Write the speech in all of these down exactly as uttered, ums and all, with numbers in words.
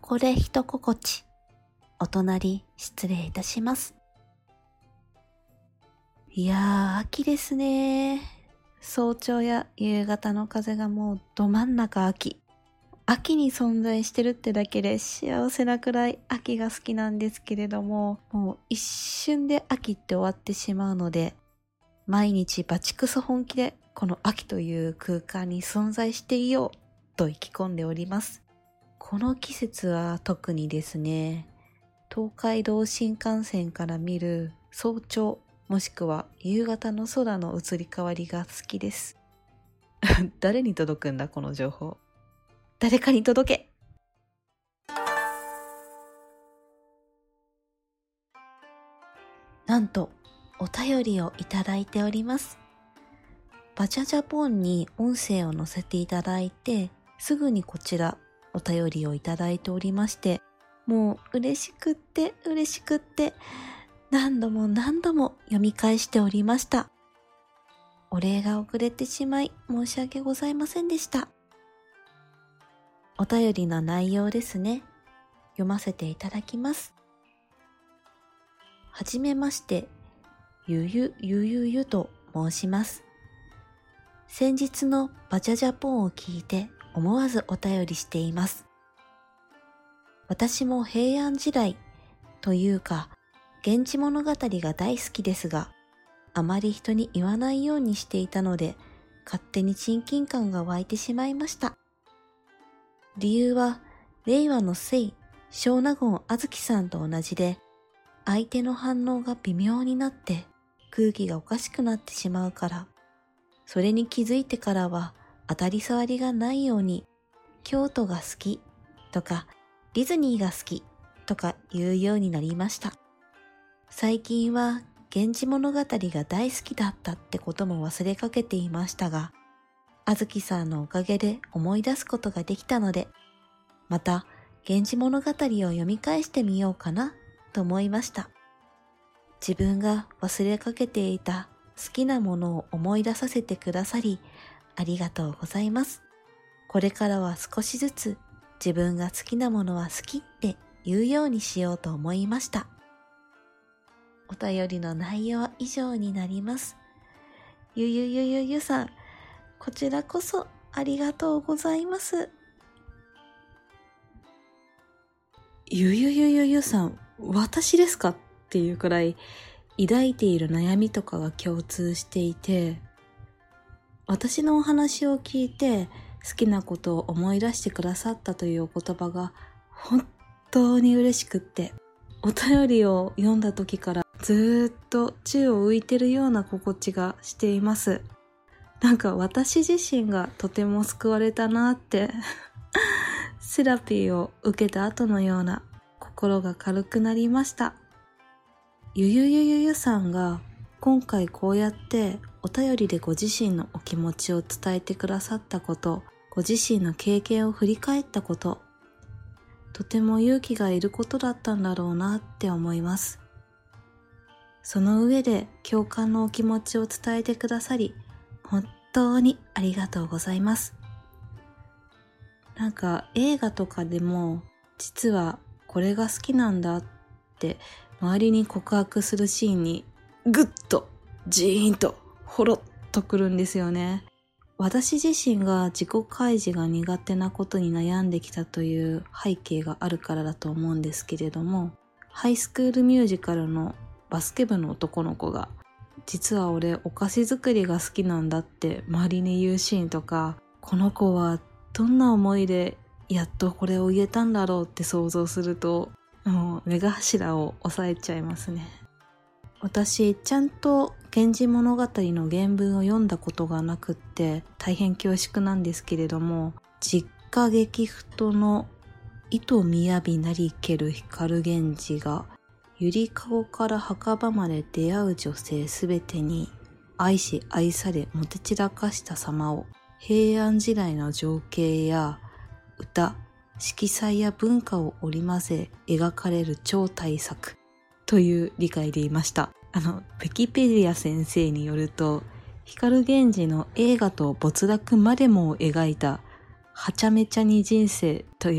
これ一心地。お隣失礼いたします。いやー、秋ですね。早朝や夕方の風がもうど真ん中秋。秋に存在してるってだけで幸せなくらい秋が好きなんですけれども、もう一瞬で秋って終わってしまうので、毎日バチクソ本気でこの秋という空間に存在していようと意気込んでおります。この季節は特にですね、東海道新幹線から見る早朝もしくは夕方の空の移り変わりが好きです。誰に届くんだこの情報。誰かに届け。なんとお便りをいただいております。バチャジャポンに音声を載せていただいて、すぐにこちらお便りをいただいておりまして、もう嬉しくって嬉しくって何度も何度も読み返しておりました。お礼が遅れてしまい申し訳ございませんでした。お便りの内容ですね。読ませていただきます。はじめまして、ゆゆゆゆゆと申します。先日のバチャジャポンを聞いて思わずお便りしています。私も平安時代というか、源氏物語が大好きですが、あまり人に言わないようにしていたので、勝手に親近感が湧いてしまいました。理由は、令和の聖、小納言あずきさんと同じで、相手の反応が微妙になって空気がおかしくなってしまうから、それに気づいてからは当たり障りがないように、京都が好きとかディズニーが好きとか言うようになりました。最近は源氏物語が大好きだったってことも忘れかけていましたが、あずきさんのおかげで思い出すことができたので、また源氏物語を読み返してみようかなと思いました。自分が忘れかけていた好きなものを思い出させてくださり、ありがとうございます。これからは少しずつ自分が好きなものは好きって言うようにしようと思いました。お便りの内容は以上になります。ゆゆゆゆゆさん、こちらこそありがとうございます。ゆゆゆゆゆさん、私ですかっていうくらい抱いている悩みとかが共通していて、私のお話を聞いて好きなことを思い出してくださったというお言葉が本当に嬉しくって、お便りを読んだ時からずーっと宙を浮いてるような心地がしています。なんか私自身がとても救われたなってセラピーを受けた後のような心が軽くなりました。ゆゆゆゆゆさんが今回こうやってお便りでご自身のお気持ちを伝えてくださったこと、ご自身の経験を振り返ったこと、とても勇気がいることだったんだろうなって思います。その上で共感のお気持ちを伝えてくださり、本当にありがとうございます。なんか映画とかでも実はこれが好きなんだって周りに告白するシーンにグッとジーンとほろっとくるんですよね。私自身が自己開示が苦手なことに悩んできたという背景があるからだと思うんですけれども、ハイスクールミュージカルのバスケ部の男の子が実は俺お菓子作りが好きなんだって周りに言うシーンとか、この子はどんな思いでやっとこれを言えたんだろうって想像すると、もう目頭を押さえちゃいますね。私ちゃんと源氏物語の原文を読んだことがなくって大変恐縮なんですけれども、実家激太の糸雅なりける光源氏がゆりかごから墓場まで出会う女性すべてに愛し愛されもて散らかした様を平安時代の情景や歌、色彩や文化を織り交ぜ描かれる超大作という理解でいました。あの、ウィキペディア先生によると、光源氏の映画と没落までもを描いたはちゃめちゃに人生というか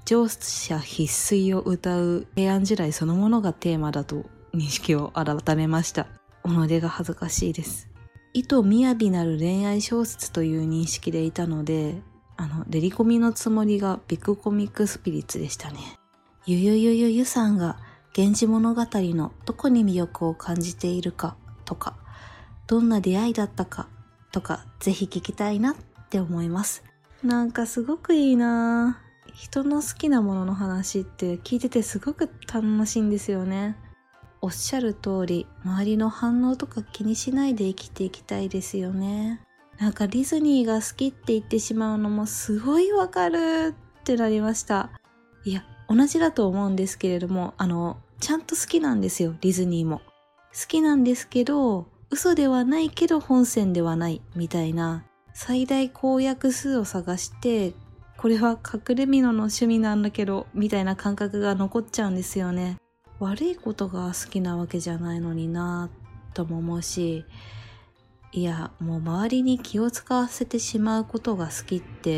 乗車必須を歌う平安時代そのものがテーマだと認識を改めました。己が恥ずかしいです。意図雅なる恋愛小説という認識でいたので、あのレリコミのつもりがビッグコミックスピリッツでしたね。ゆゆゆゆゆさんが源氏物語のどこに魅力を感じているかとか、どんな出会いだったかとか、ぜひ聞きたいなって思います。なんかすごくいいなぁ。人の好きなものの話って聞いててすごく楽しいんですよね。おっしゃる通り、周りの反応とか気にしないで生きていきたいですよね。なんかディズニーが好きって言ってしまうのもすごいわかるってなりました。いや、同じだと思うんですけれども、あの、ちゃんと好きなんですよ、ディズニーも。好きなんですけど、嘘ではないけど本線ではないみたいな、最大公約数を探して、これは隠れ蓑の趣味なんだけどみたいな感覚が残っちゃうんですよね。悪いことが好きなわけじゃないのになぁとも思うし、いやもう周りに気を使わせてしまうことが好きって、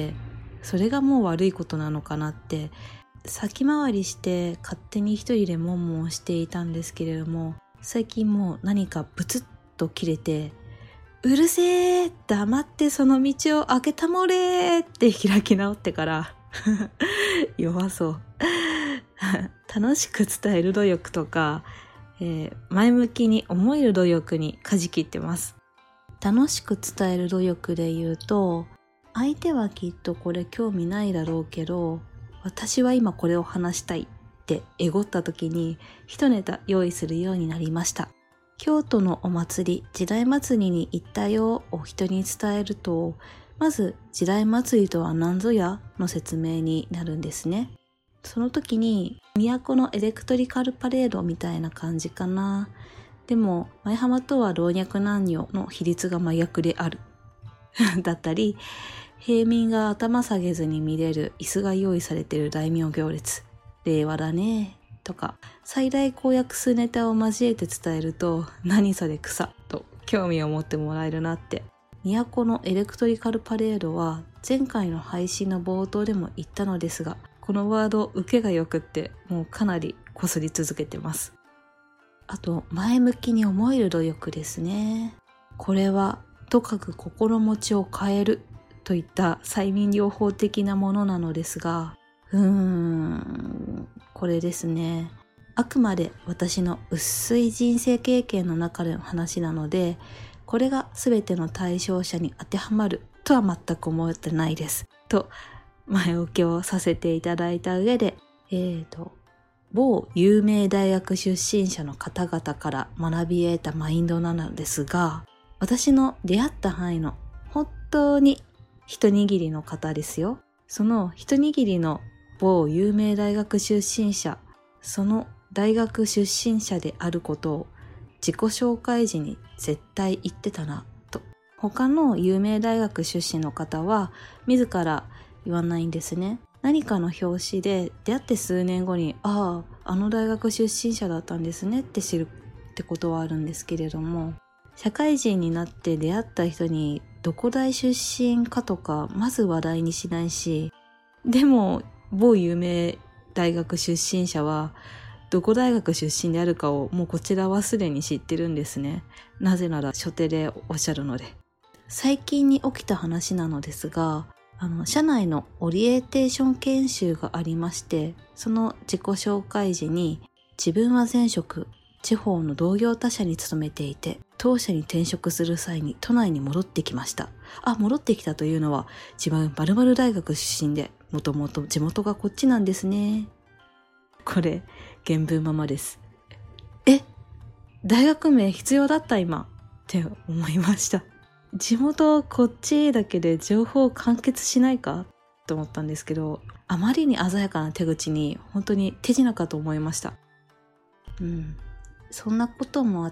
それがもう悪いことなのかなって先回りして勝手に一人で悶々していたんですけれども、最近もう何かブツッと切れて、うるせー、黙ってその道を開けたもれーって開き直ってから弱そう楽しく伝える努力とか、えー、前向きに思える努力に舵切ってます。楽しく伝える努力で言うと、相手はきっとこれ興味ないだろうけど、私は今これを話したいってえごった時に一ネタ用意するようになりました。京都のお祭り、時代祭りに行ったよを人に伝えると、まず時代祭りとは何ぞやの説明になるんですね。その時に都のエレクトリカルパレードみたいな感じかな。でも舞浜とは老若男女の比率が真逆であるだったり、平民が頭下げずに見れる椅子が用意されている大名行列、令和だねとか、最大公約数ネタを交えて伝えると、何それ草と興味を持ってもらえるなって。都のエレクトリカルパレードは前回の配信の冒頭でも言ったのですが、このワード受けがよくってもうかなりこすり続けてます。あと前向きに思える努力ですね。これはとかく心持ちを変えるといった催眠療法的なものなのですが、うーんこれですね。あくまで私の薄い人生経験の中での話なので、これが全ての対象者に当てはまるとは全く思ってないですと前置きをさせていただいた上で、えーと某有名大学出身者の方々から学び得たマインドなのですが、私の出会った範囲の本当に一握りの方ですよ。その一握りの某有名大学出身者、その大学出身者であることを自己紹介時に絶対言ってたなと。他の有名大学出身の方は自ら言わないんですね。何かの表紙で出会って数年後に、ああ、あの大学出身者だったんですねって知るってことはあるんですけれども、社会人になって出会った人にどこ大出身かとかまず話題にしないし、でも某有名大学出身者はどこ大学出身であるかをもうこちらはすでに知ってるんですね。なぜなら初手でおっしゃるので。最近に起きた話なのですが、あの社内のオリエンテーション研修がありまして、その自己紹介時に、自分は前職地方の同業他社に勤めていて、当社に転職する際に都内に戻ってきました。あ、戻ってきたというのは自分〇〇大学出身で、もともと地元がこっちなんですね。これ原文ままです。え、大学名必要だった今って思いました。地元こっちだけで情報完結しないかと思ったんですけど、あまりに鮮やかな手口に本当に手品かと思いました。うん、そんなこともあって、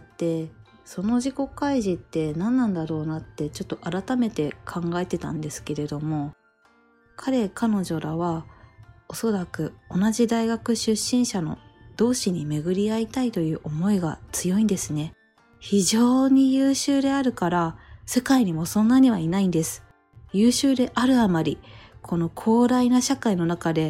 その自己開示って何なんだろうなってちょっと改めて考えてたんですけれども、彼彼女らはおそらく同じ大学出身者の同士に巡り合いたいという思いが強いんですね。非常に優秀であるから世界にもそんなにはいないんです。優秀であるあまり、この広大な社会の中で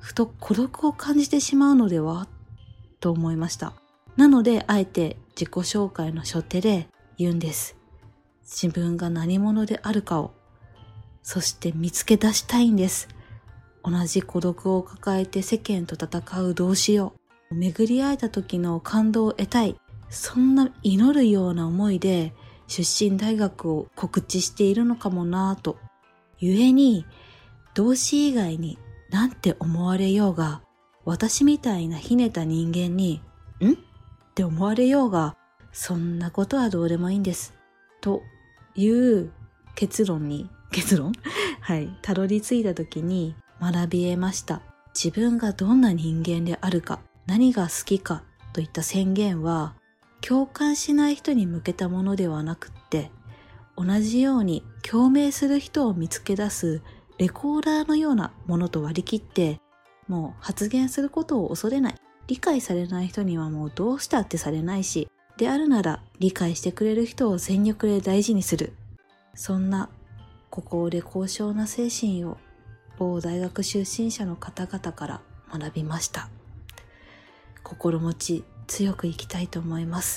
ふと孤独を感じてしまうのではと思いました。なのであえて自己紹介の初手で言うんです。自分が何者であるかを、そして見つけ出したいんです。同じ孤独を抱えて世間と戦う同志を巡り会えた時の感動を得たい、そんな祈るような思いで出身大学を告知しているのかもなぁと。故に同志以外になんて思われようが、私みたいなひねた人間にんって思われようが、そんなことはどうでもいいんですという結論に結論はいたどり着いた時に学び得ました。自分がどんな人間であるか、何が好きかといった宣言は共感しない人に向けたものではなくって、同じように共鳴する人を見つけ出すレコーダーのようなものと割り切って、もう発言することを恐れない。理解されない人にはもうどうしたってされないし、であるなら理解してくれる人を全力で大事にする。そんな孤高で高尚な精神を某大学出身者の方々から学びました。心持ち強く生きたいと思います。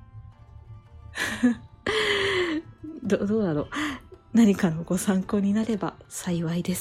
ど, どうだろう。何かのご参考になれば幸いです。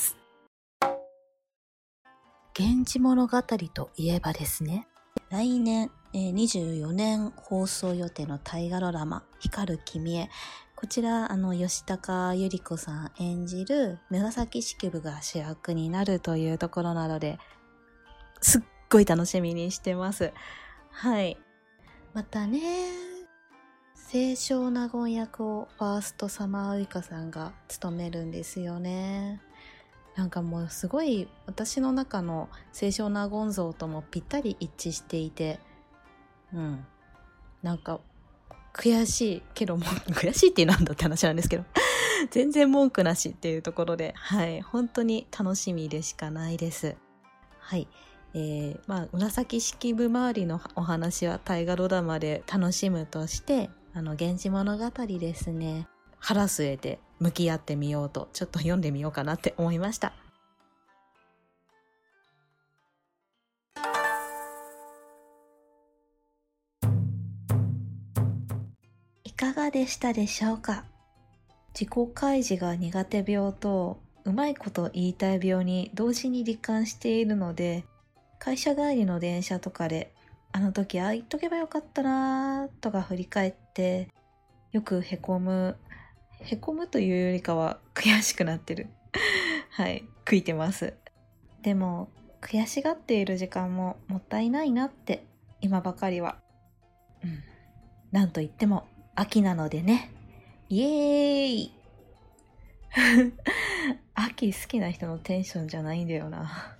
源氏物語といえばですね、来年、えー、にじゅうよねん放送予定の大河ドラマ光る君へ、こちらあの吉高由里子さん演じる紫式部が主役になるというところなので、すっごい楽しみにしてます。はい。またね、清少納言役をファーストサマーウイカさんが務めるんですよね。なんかもうすごい私の中の清少納言像ともぴったり一致していて、うんなんか悔しいけども悔しいってなんだって話なんですけど全然文句なしっていうところで、はい本当に楽しみでしかないです。はい。えー、まあ紫式部周りのお話は大河ドラマで楽しむとして、あの源氏物語ですね、腹据えて向き合ってみようと、ちょっと読んでみようかなって思いました。いかがでしたでしょうか。自己開示が苦手病とうまいこと言いたい病に同時に罹患しているので、会社帰りの電車とかであの時ああ言っとけばよかったなとか振り返ってよくへこむへこむというよりかは悔しくなってるはい悔いてます。でも悔しがっている時間ももったいないなって今ばかりは、うん、なんといっても秋なのでね、イエーイ秋好きな人のテンションじゃないんだよな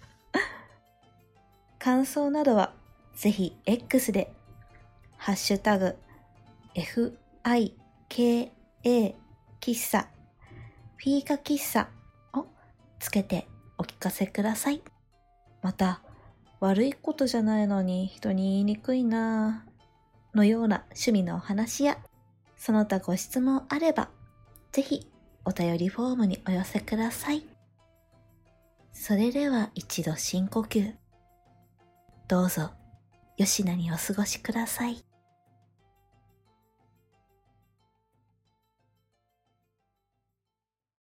感想などはぜひ X でハッシュタグ エフアイケーエー 喫茶フィーカ喫茶をつけてお聞かせください。また悪いことじゃないのに人に言いにくいなぁのような趣味のお話やその他ご質問あればぜひお便りフォームにお寄せください。それでは一度深呼吸。どうぞよしなにお過ごしください。